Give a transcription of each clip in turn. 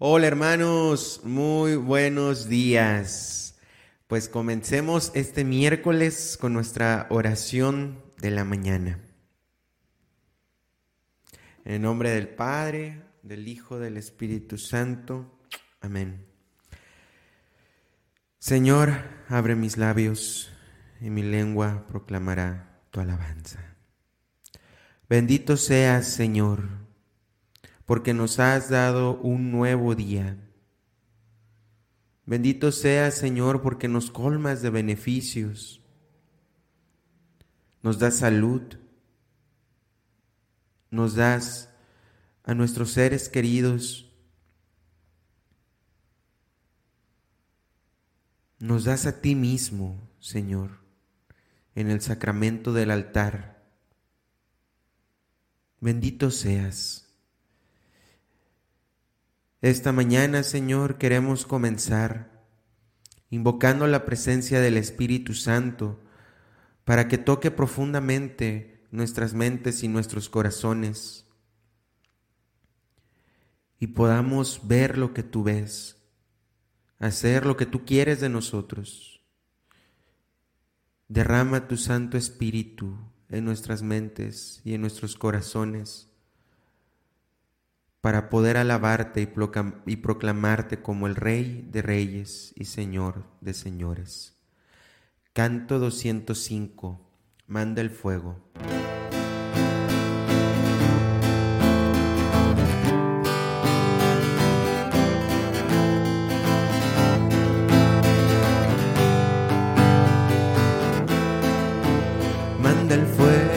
Hola hermanos, muy buenos días. Pues comencemos este miércoles con nuestra oración de la mañana. En el nombre del Padre, del Hijo, del Espíritu Santo. Amén. Señor, abre mis labios y mi lengua proclamará tu alabanza. Bendito seas, Señor, porque nos has dado un nuevo día. Bendito seas, Señor, porque nos colmas de beneficios, nos das salud, nos das a nuestros seres queridos, nos das a ti mismo, Señor, en el sacramento del altar. Bendito seas. Esta mañana, Señor, queremos comenzar invocando la presencia del Espíritu Santo para que toque profundamente nuestras mentes y nuestros corazones y podamos ver lo que tú ves, hacer lo que tú quieres de nosotros. Derrama tu Santo Espíritu en nuestras mentes y en nuestros corazones para poder alabarte y proclamarte como el Rey de Reyes y Señor de Señores. Canto 205. Manda el fuego. Manda el fuego.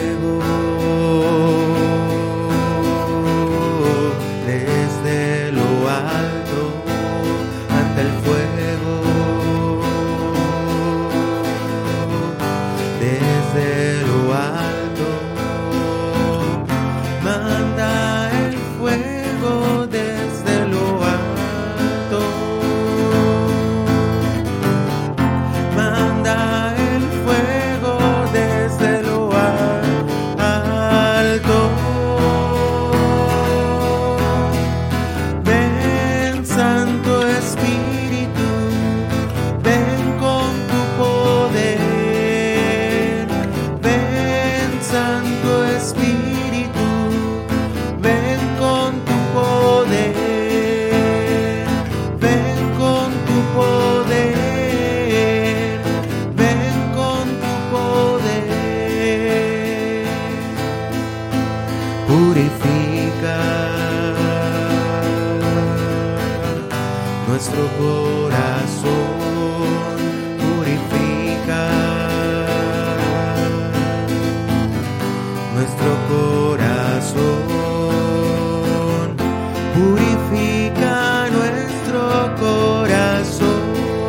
Purifica nuestro corazón, purifica nuestro corazón, purifica nuestro corazón,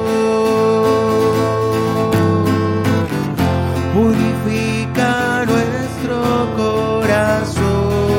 purifica nuestro corazón.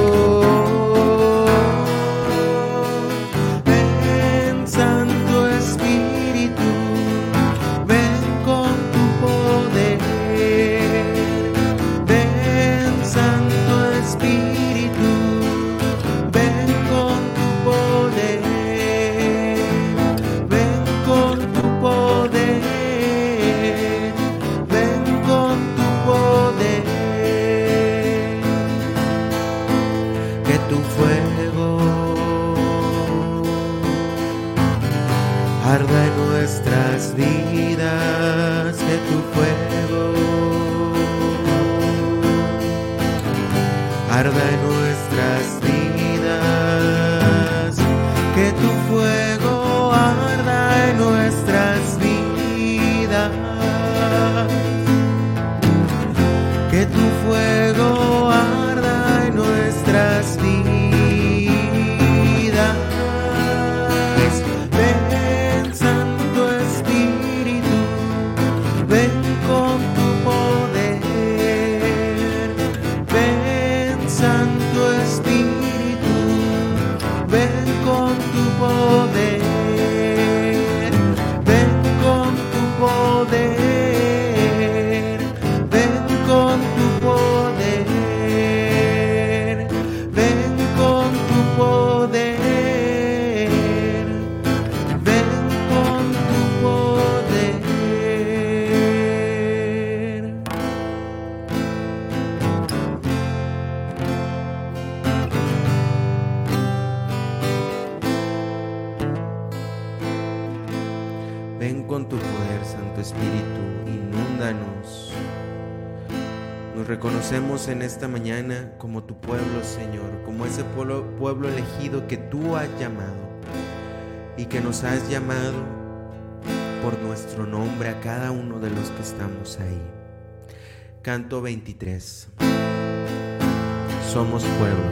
Arda en nuestras vidas, que tu fuego arda en nuestras vidas, que tu fuego arda en nuestras vidas, que tu fuego arda en nuestras vidas. con tu poder, Santo Espíritu, inúndanos. Nos reconocemos en esta mañana como tu pueblo, Señor, como ese pueblo elegido que tú has llamado y que nos has llamado por nuestro nombre a cada uno de los que estamos ahí. Canto 23. Somos pueblo.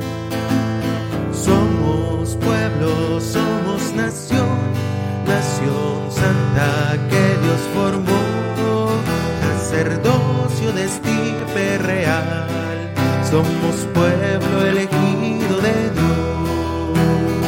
Somos pueblo, somos nación, nación santa que Dios formó, sacerdocio de estirpe real. Somos pueblo elegido de Dios.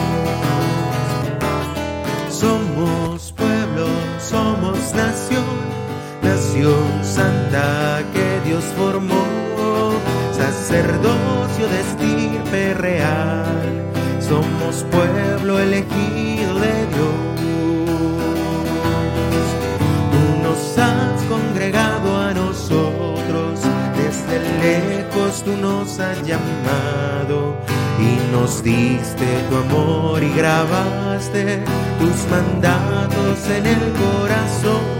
Somos pueblo, somos nación, nación santa que Dios formó, sacerdocio de estirpe real. Somos pueblo elegido de Dios. Tú nos has congregado a nosotros, desde lejos tú nos has llamado y nos diste tu amor y grabaste tus mandatos en el corazón.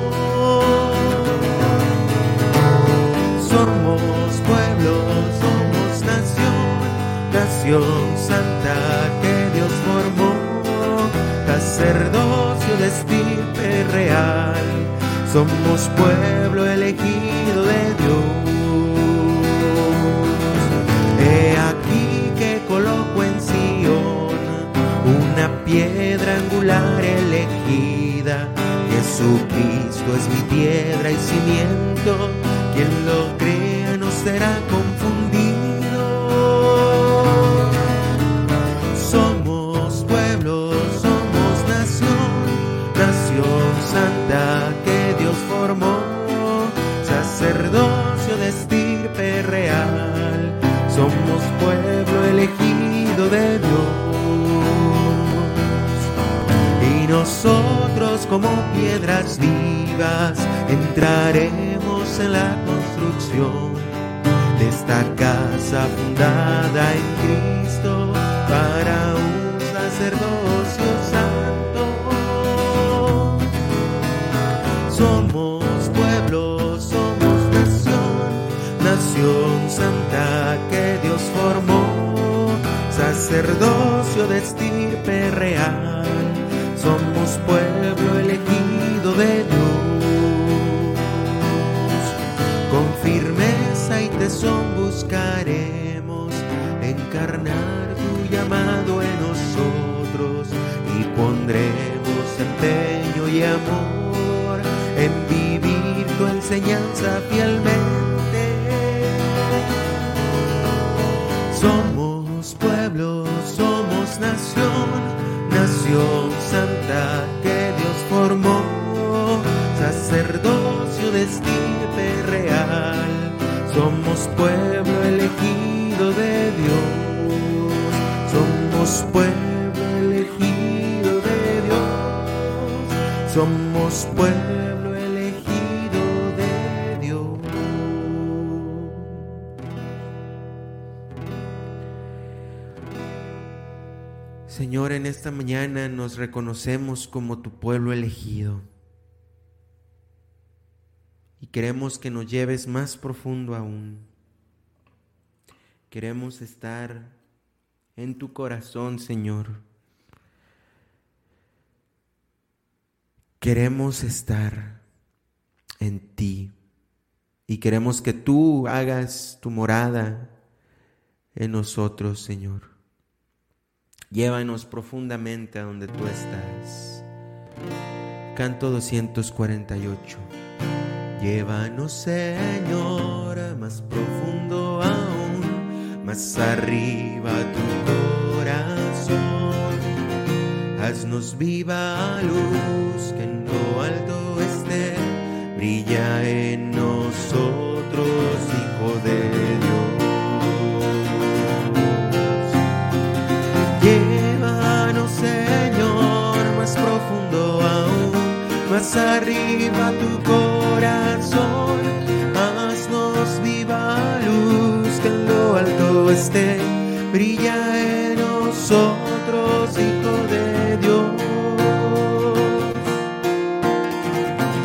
Somos pueblo, somos nación, nación santa que Dios formó, sacerdocio de estirpe real. Somos pueblo elegido de Dios. He aquí que coloco en Sion una piedra angular elegida. Jesucristo es mi piedra y cimiento. Quien lo crea no será confundido. Somos pueblo, somos nación, nación santa que Dios formó, sacerdocio de estirpe real. Somos pueblo elegido de Dios. Y nosotros como piedras vivas entraremos en la construcción de esta casa fundada en Cristo para un sacerdocio santo. Somos pueblo, somos nación, nación santa que Dios formó, sacerdocio de estirpe real. Somos pueblo elegido de Dios. Con firmeza y tesón buscaremos encarnar tu llamado en nosotros y pondremos empeño y amor en vivir tu enseñanza fielmente. Somos pueblo, somos nación, nación santa que Dios formó, sacerdocio de estirpe real. Somos pueblo elegido de Dios. Somos pueblo elegido de Dios. Somos pueblo elegido de Dios. Señor, en esta mañana nos reconocemos como tu pueblo elegido y queremos que nos lleves más profundo aún. Queremos estar en tu corazón, Señor. Queremos estar en ti y queremos que tú hagas tu morada en nosotros, Señor. Llévanos profundamente a donde tú estás. Canto 248. Llévanos, Señor, más profundo aún, más arriba tu corazón. Haznos viva luz que en lo alto esté, brilla en nosotros, Hijo de Dios. Llévanos, Señor, más profundo aún, más arriba tu corazón. Haznos viva luz que en lo alto esté, brilla en nosotros, Hijo de Dios.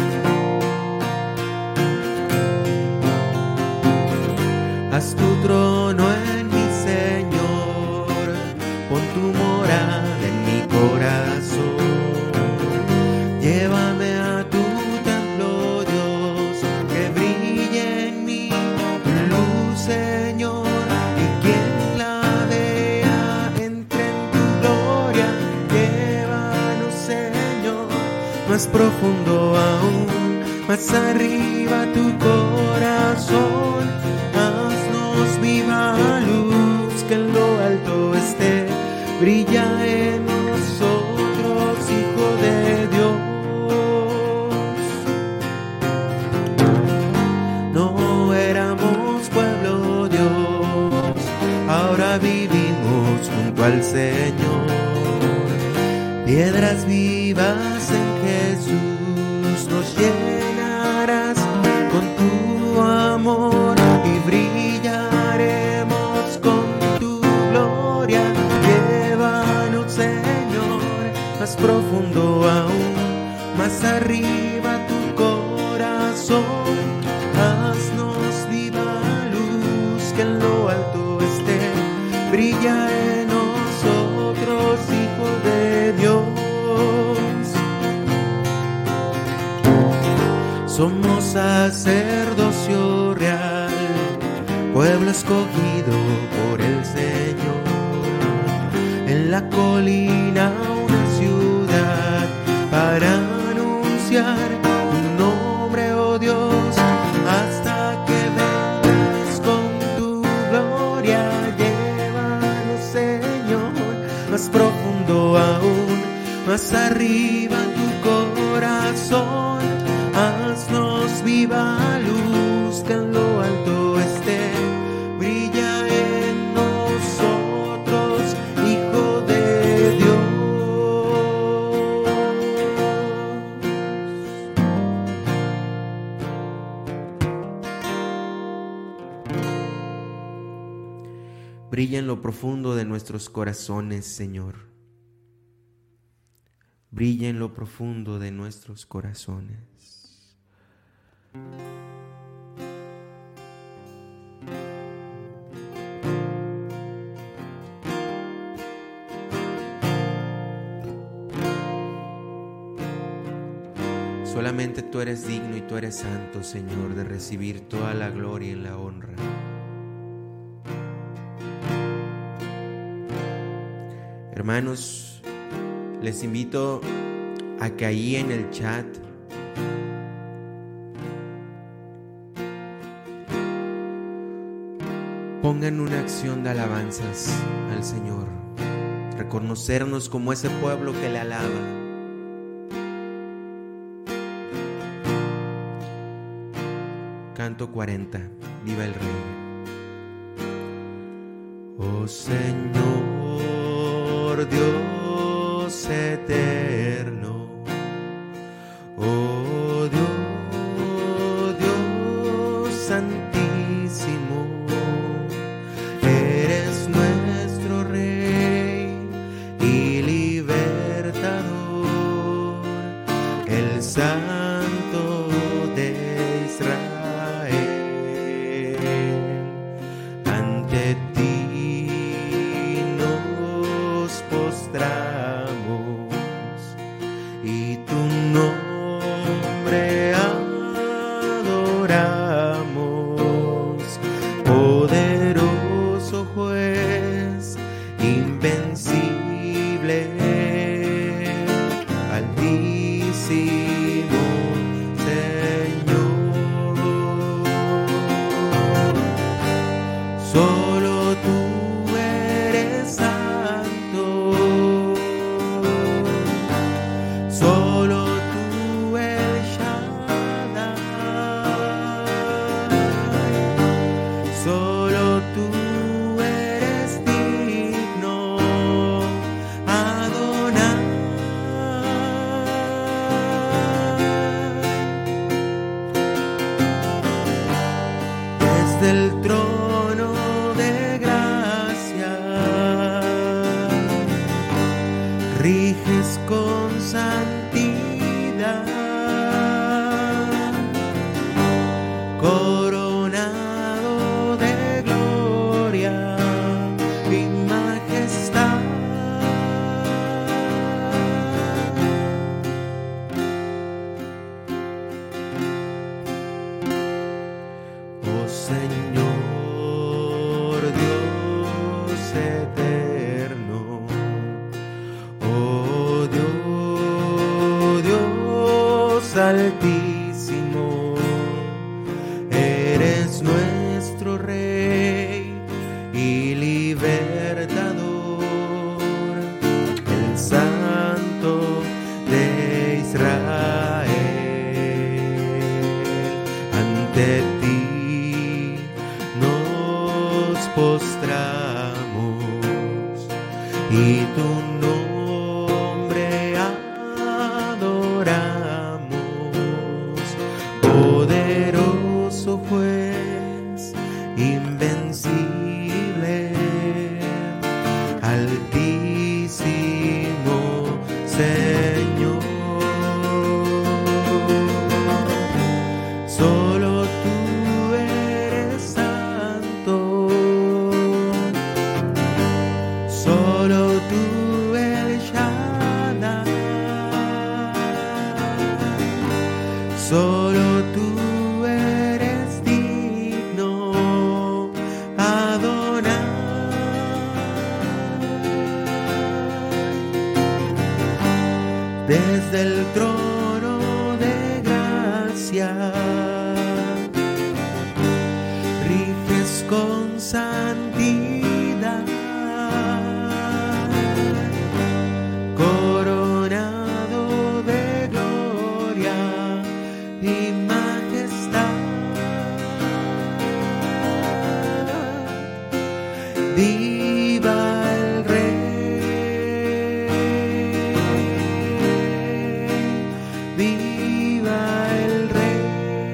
morada en mi corazón. Llévame a tu templo, Dios, que brille en mí tu luz, Señor, y quien la vea entre en tu gloria. Llévanos, Señor, más profundo aún, más arriba tu corazón. Haznos viva luz que en lo alto esté, brilla en nosotros, Hijo de Dios. No éramos pueblo, Dios, ahora vivimos junto al Señor. Piedras vivas en Jesús, nos llenarás con tu amor y brillaremos con tu gloria. Llévanos, Señor, más profundo aún, más arriba tu corazón. Haznos viva luz que en lo alto esté, brilla en nosotros, Hijo de Dios. Somos sacerdocio real, pueblo escogido por el Señor. En la colina una ciudad para anunciar tu nombre, oh Dios, hasta que vengas con tu gloria. Llévanos, Señor, más profundo aún, más arriba tu corazón. Haznos viva luz que en lo alto esté, brilla en nosotros, Hijo de Dios. Brilla en lo profundo de nuestros corazones, Señor. Brilla en lo profundo de nuestros corazones. Solamente tú eres digno y tú eres santo, Señor, de recibir toda la gloria y la honra. Hermanos, les invito a que ahí en el chat pongan una acción de alabanzas al Señor, reconocernos como ese pueblo que le alaba. Canto 40, viva el Rey. Oh Señor, Dios eterno, oh Dios santísimo, eres nuestro Rey y libertador, el Santo de Israel. Ante ti nos postramos y tu nombre adoramos, poderoso juez, invencible, altísimo Señor. Solo tú eres santo, solo tú el Shaddai, solo tú eres digno, Adonai. Desde el trono de gracia riges con santidad, coronado de gloria y majestad. Altísimo, eres nuestro Rey y libertador, el Santo de Israel. Ante ti nos postramos y tu nombre adoramos, poderoso juez, invencible, altísimo Señor. Solo tú eres santo, solo tú el Shaddai, solo tú eres digno, Adonai. Desde el trono de gracia riges con santidad, coronado de gloria y majestad. Viva el Rey, viva el Rey.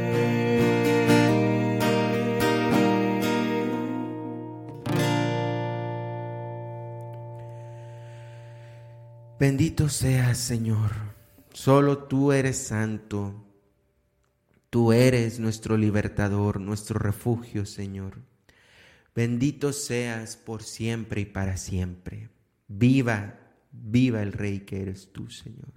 Bendito seas, Señor. Solo tú eres santo. Tú eres nuestro libertador, nuestro refugio, Señor. Bendito seas por siempre y para siempre. Viva, viva el Rey que eres tú, Señor.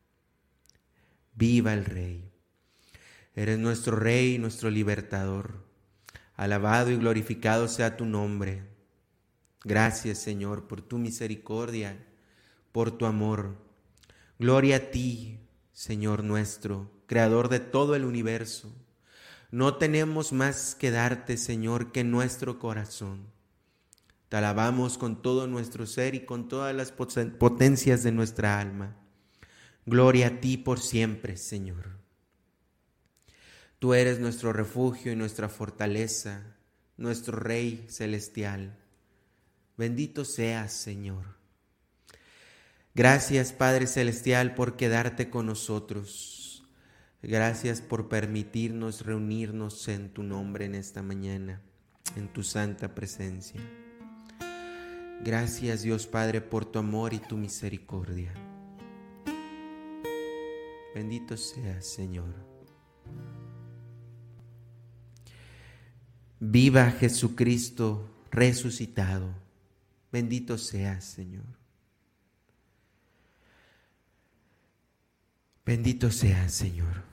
Viva el Rey. Eres nuestro Rey, nuestro libertador. Alabado y glorificado sea tu nombre. Gracias, Señor, por tu misericordia, por tu amor. Gloria a ti, Señor nuestro, Creador de todo el universo. No tenemos más que darte, Señor, que nuestro corazón. Te alabamos con todo nuestro ser y con todas las potencias de nuestra alma. Gloria a ti por siempre, Señor. Tú eres nuestro refugio y nuestra fortaleza, nuestro Rey celestial. Bendito seas, Señor. Gracias, Padre celestial, por quedarte con nosotros. Gracias por permitirnos reunirnos en tu nombre en esta mañana, en tu santa presencia. Gracias, Dios Padre, por tu amor y tu misericordia. Bendito seas, Señor. Viva Jesucristo resucitado. Bendito seas, Señor. Bendito seas, Señor.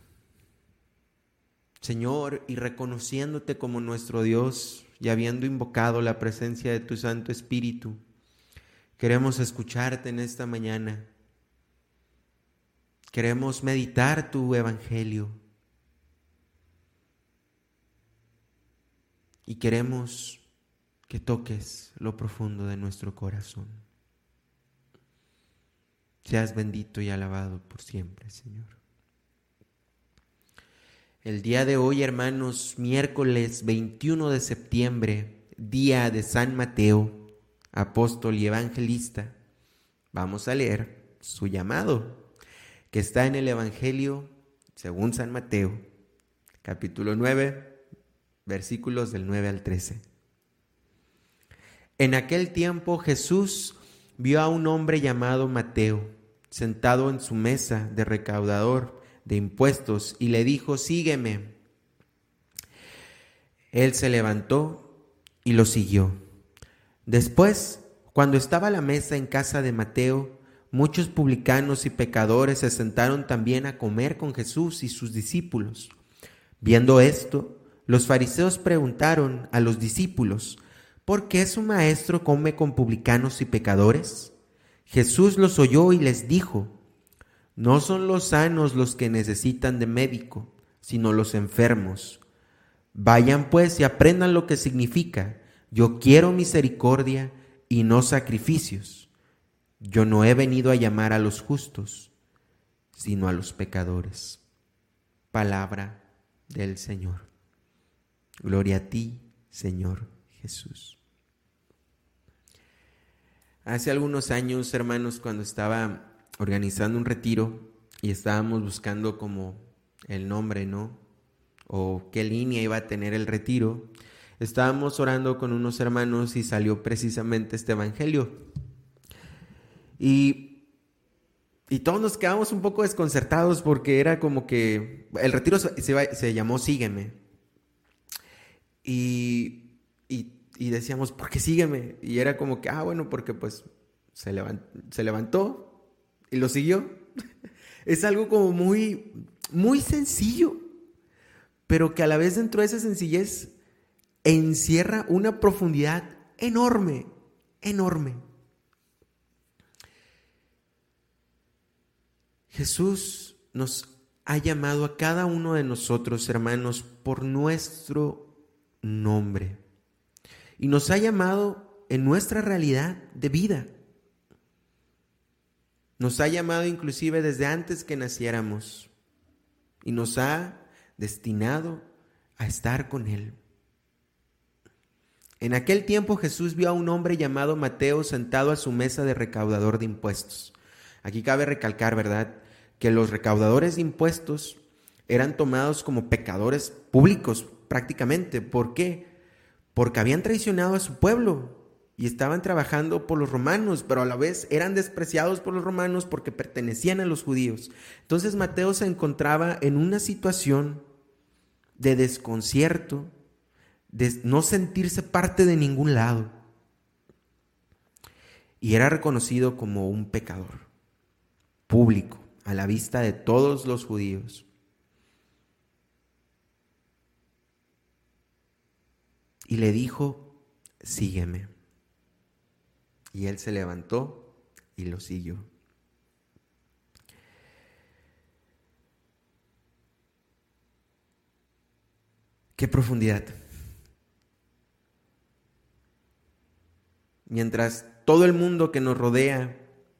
Señor, y reconociéndote como nuestro Dios y habiendo invocado la presencia de tu Santo Espíritu, queremos escucharte en esta mañana. Queremos meditar tu Evangelio. Y queremos que toques lo profundo de nuestro corazón. Seas bendito y alabado por siempre, Señor. El día de hoy, hermanos, miércoles 21 de septiembre, día de San Mateo, apóstol y evangelista, vamos a leer su llamado, que está en el Evangelio según San Mateo, capítulo 9, versículos del 9 al 13. En aquel tiempo Jesús vio a un hombre llamado Mateo, sentado en su mesa de recaudador de impuestos, y le dijo: sígueme. Él se levantó y lo siguió. Después, cuando estaba a la mesa en casa de Mateo, muchos publicanos y pecadores se sentaron también a comer con Jesús y sus discípulos. Viendo esto, los fariseos preguntaron a los discípulos: ¿por qué su maestro come con publicanos y pecadores? Jesús los oyó y les dijo: No son los sanos los que necesitan de médico, sino los enfermos. Vayan pues y aprendan lo que significa: yo quiero misericordia y no sacrificios. Yo no he venido a llamar a los justos, sino a los pecadores. Palabra del Señor. Gloria a ti, Señor Jesús. Hace algunos años, hermanos, cuando estaba organizando un retiro y estábamos buscando como el nombre, ¿no? O qué línea iba a tener el retiro, estábamos orando con unos hermanos y salió precisamente este evangelio. Y todos nos quedamos un poco desconcertados porque era como que el retiro se llamó Sígueme. Y decíamos, ¿por qué sígueme? Y era como que, bueno, porque pues se levantó y lo siguió. Es algo como muy, muy sencillo, pero que a la vez dentro de esa sencillez encierra una profundidad enorme, enorme. Jesús nos ha llamado a cada uno de nosotros, hermanos, por nuestro nombre. Y nos ha llamado en nuestra realidad de vida. Nos ha llamado inclusive desde antes que naciéramos. Y nos ha destinado a estar con Él. En aquel tiempo Jesús vio a un hombre llamado Mateo sentado a su mesa de recaudador de impuestos. Aquí cabe recalcar, ¿verdad?, que los recaudadores de impuestos eran tomados como pecadores públicos prácticamente. ¿Por qué? Porque habían traicionado a su pueblo y estaban trabajando por los romanos, pero a la vez eran despreciados por los romanos porque pertenecían a los judíos. Entonces Mateo se encontraba en una situación de desconcierto, de no sentirse parte de ningún lado. Y era reconocido como un pecador público a la vista de todos los judíos. Y le dijo, sígueme. Y él se levantó y lo siguió. ¡Qué profundidad! Mientras todo el mundo que nos rodea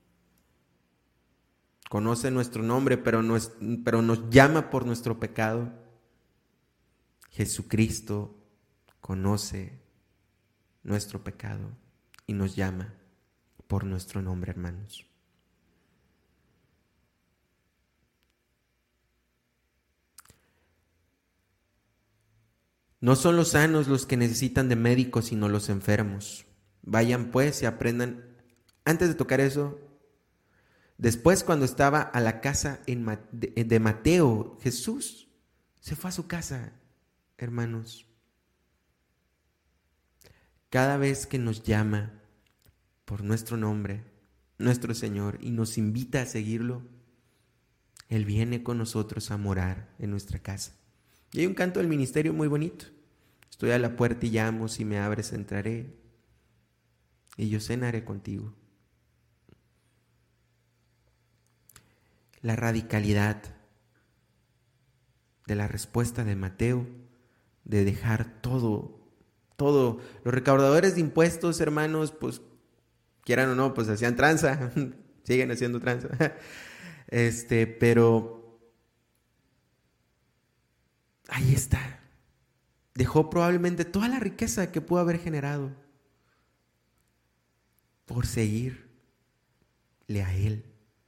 conoce nuestro nombre, pero nos llama por nuestro pecado, Jesucristo conoce nuestro pecado y nos llama por nuestro nombre, hermanos. No son los sanos los que necesitan de médicos, sino los enfermos. Vayan pues y aprendan. Antes de tocar eso, después cuando estaba a la casa de Mateo, Jesús se fue a su casa, hermanos. Cada vez que nos llama por nuestro nombre, nuestro Señor, y nos invita a seguirlo, Él viene con nosotros a morar en nuestra casa. Y hay un canto del ministerio muy bonito. Estoy a la puerta y llamo, si me abres entraré, y yo cenaré contigo. La radicalidad de la respuesta de Mateo, de dejar todo. Los recaudadores de impuestos, hermanos, pues quieran o no, pues hacían tranza, siguen haciendo tranza. Pero ahí está. Dejó probablemente toda la riqueza que pudo haber generado por seguirle a Él.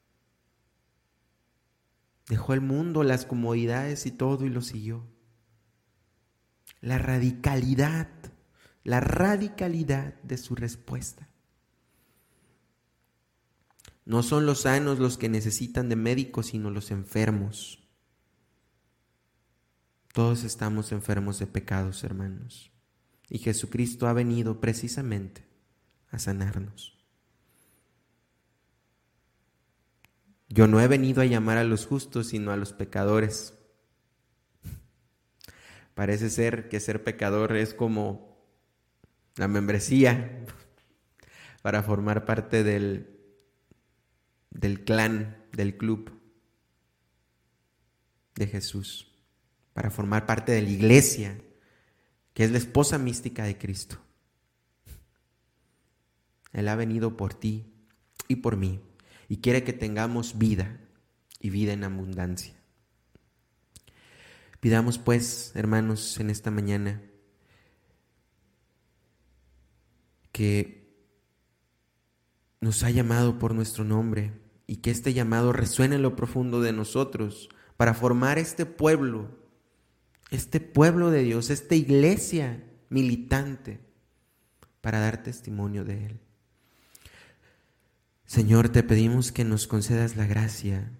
Dejó el mundo, las comodidades y todo y lo siguió. La radicalidad de su respuesta. No son los sanos los que necesitan de médicos, sino los enfermos. Todos estamos enfermos de pecados, hermanos. Y Jesucristo ha venido precisamente a sanarnos. Yo no he venido a llamar a los justos, sino a los pecadores. Parece ser que ser pecador es como la membresía para formar parte del clan, del club. de Jesús, para formar parte de la iglesia, que es la esposa mística de Cristo. Él ha venido por ti y por mí y quiere que tengamos vida y vida en abundancia. Pidamos pues, hermanos, en esta mañana que nos ha llamado por nuestro nombre y que este llamado resuene en lo profundo de nosotros para formar este pueblo de Dios, esta iglesia militante para dar testimonio de Él. Señor, te pedimos que nos concedas la gracia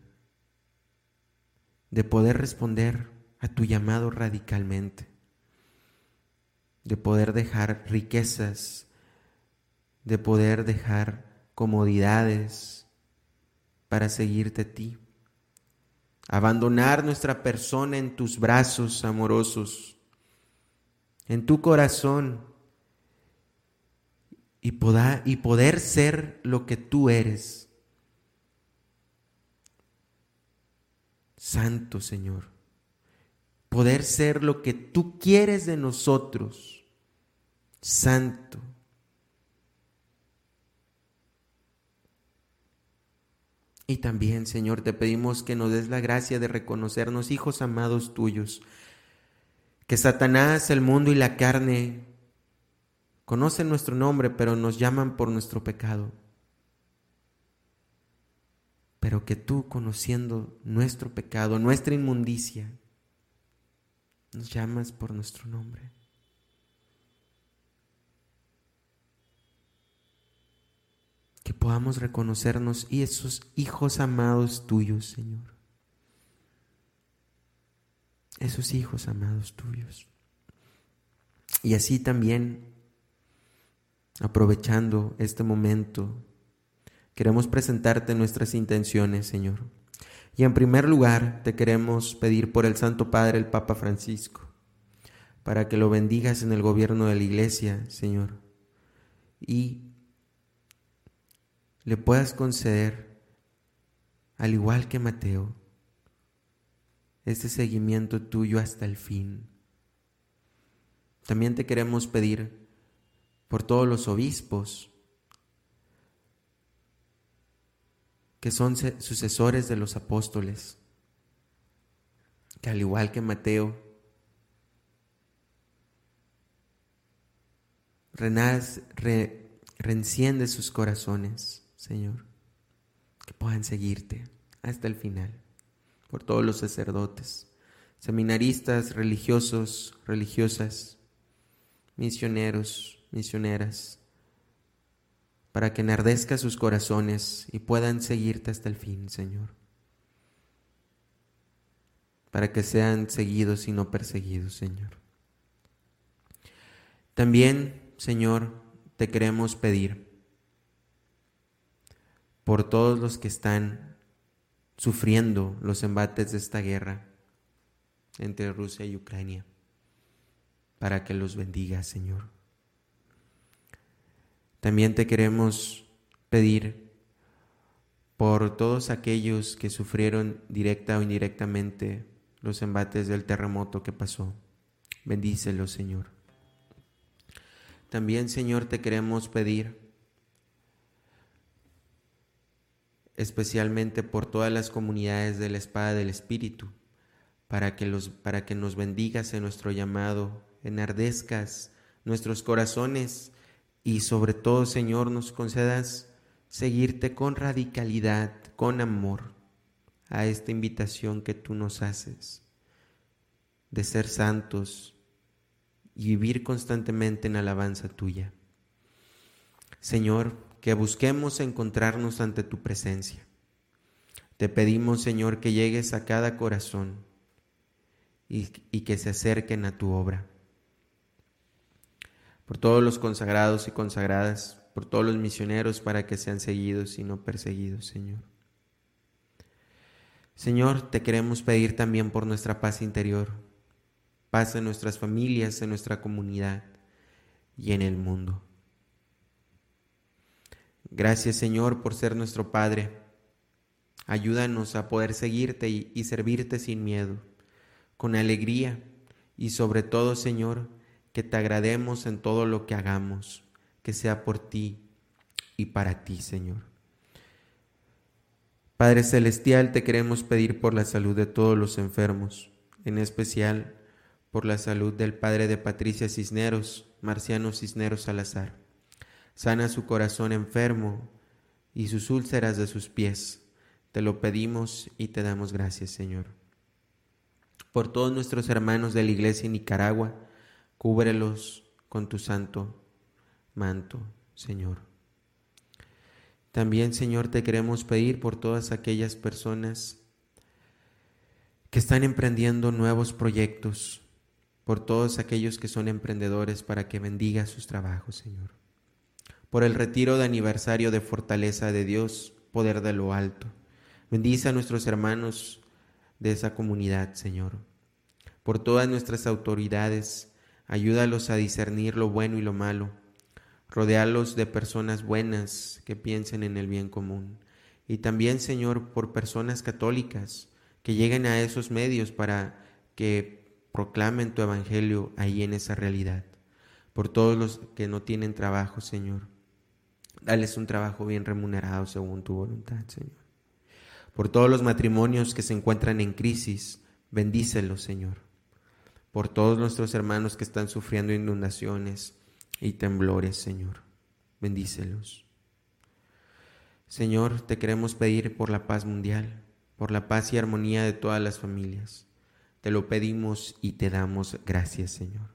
de poder responder a tu llamado radicalmente, de poder dejar riquezas, de poder dejar comodidades para seguirte a ti, abandonar nuestra persona en tus brazos amorosos, en tu corazón, y poder ser lo que tú eres. Santo Señor, poder ser lo que tú quieres de nosotros, santo. Y también, Señor, te pedimos que nos des la gracia de reconocernos hijos amados tuyos, que Satanás, el mundo y la carne conocen nuestro nombre, pero nos llaman por nuestro pecado. Pero que tú, conociendo nuestro pecado, nuestra inmundicia, nos llamas por nuestro nombre. Que podamos reconocernos y esos hijos amados tuyos, Señor. Esos hijos amados tuyos. Y así también, aprovechando este momento, queremos presentarte nuestras intenciones, Señor. Y en primer lugar, te queremos pedir por el Santo Padre, el Papa Francisco, para que lo bendigas en el gobierno de la Iglesia, Señor, y le puedas conceder, al igual que Mateo, este seguimiento tuyo hasta el fin. También te queremos pedir por todos los obispos que son sucesores de los apóstoles, que al igual que Mateo, reenciende sus corazones, Señor, que puedan seguirte hasta el final. Por todos los sacerdotes, seminaristas, religiosos, religiosas, misioneros, misioneras, para que enardezca sus corazones y puedan seguirte hasta el fin, Señor. Para que sean seguidos y no perseguidos, Señor. También, Señor, te queremos pedir por todos los que están sufriendo los embates de esta guerra entre Rusia y Ucrania, para que los bendiga, Señor. También te queremos pedir por todos aquellos que sufrieron directa o indirectamente los embates del terremoto que pasó. Bendícelos, Señor. También, Señor, te queremos pedir especialmente por todas las comunidades de la espada del Espíritu, para que nos bendigas en nuestro llamado, enardezcas nuestros corazones y sobre todo, Señor, nos concedas seguirte con radicalidad, con amor, a esta invitación que tú nos haces de ser santos y vivir constantemente en alabanza tuya. Señor, que busquemos encontrarnos ante tu presencia. Te pedimos, Señor, que llegues a cada corazón y que se acerquen a tu obra. Por todos los consagrados y consagradas, por todos los misioneros, para que sean seguidos y no perseguidos, Señor. Señor, te queremos pedir también por nuestra paz interior, paz en nuestras familias, en nuestra comunidad y en el mundo. Gracias, Señor, por ser nuestro Padre. Ayúdanos a poder seguirte y servirte sin miedo. con alegría y sobre todo, Señor, que te agrademos en todo lo que hagamos, que sea por ti y para ti, Señor. Padre Celestial, te queremos pedir por la salud de todos los enfermos, en especial por la salud del padre de Patricia Cisneros, Marciano Cisneros Salazar. Sana su corazón enfermo y sus úlceras de sus pies. Te lo pedimos y te damos gracias, Señor. Por todos nuestros hermanos de la iglesia en Nicaragua, cúbrelos con tu santo manto, Señor. También, Señor, te queremos pedir por todas aquellas personas que están emprendiendo nuevos proyectos, por todos aquellos que son emprendedores, para que bendiga sus trabajos, Señor. Por el retiro de aniversario de Fortaleza de Dios, Poder de lo Alto. Bendice a nuestros hermanos de esa comunidad, Señor. Por todas nuestras autoridades, ayúdalos a discernir lo bueno y lo malo. Rodéalos de personas buenas que piensen en el bien común. Y también, Señor, por personas católicas que lleguen a esos medios para que proclamen tu evangelio ahí en esa realidad. Por todos los que no tienen trabajo, Señor, dales un trabajo bien remunerado según tu voluntad, Señor. Por todos los matrimonios que se encuentran en crisis, bendícelos, Señor. Por todos nuestros hermanos que están sufriendo inundaciones y temblores, Señor, bendícelos. Señor, te queremos pedir por la paz mundial, por la paz y armonía de todas las familias. Te lo pedimos y te damos gracias, Señor.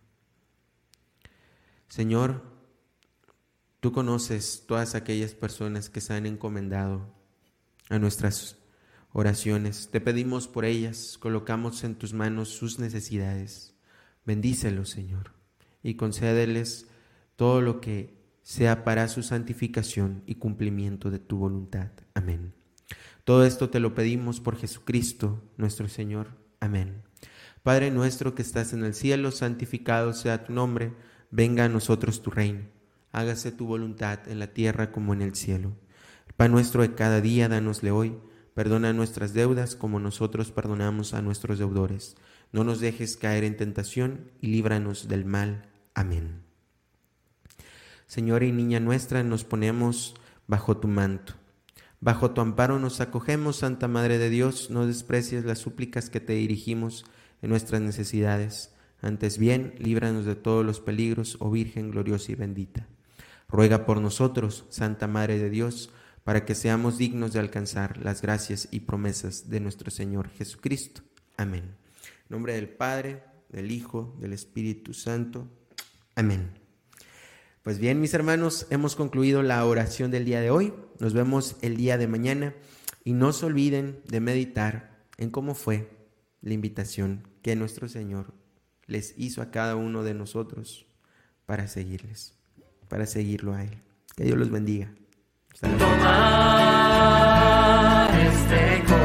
Señor, tú conoces todas aquellas personas que se han encomendado a nuestras oraciones. Te pedimos por ellas, colocamos en tus manos sus necesidades. Bendícelos, Señor, y concédeles todo lo que sea para su santificación y cumplimiento de tu voluntad. Amén. Todo esto te lo pedimos por Jesucristo, nuestro Señor. Amén. Padre nuestro que estás en el cielo, santificado sea tu nombre. Venga a nosotros tu reino. Hágase tu voluntad en la tierra como en el cielo. El pan nuestro de cada día, dánosle hoy. Perdona nuestras deudas como nosotros perdonamos a nuestros deudores. No nos dejes caer en tentación y líbranos del mal. Amén. Señora y niña nuestra, nos ponemos bajo tu manto. Bajo tu amparo nos acogemos, Santa Madre de Dios. No desprecies las súplicas que te dirigimos en nuestras necesidades. Antes bien, líbranos de todos los peligros, oh Virgen gloriosa y bendita. Ruega por nosotros, Santa Madre de Dios, para que seamos dignos de alcanzar las gracias y promesas de nuestro Señor Jesucristo. Amén. En nombre del Padre, del Hijo, del Espíritu Santo. Amén. Pues bien, mis hermanos, hemos concluido la oración del día de hoy. Nos vemos el día de mañana y no se olviden de meditar en cómo fue la invitación que nuestro Señor les hizo a cada uno de nosotros para seguirles, para seguirlo a Él. Que Dios los bendiga. Hasta luego.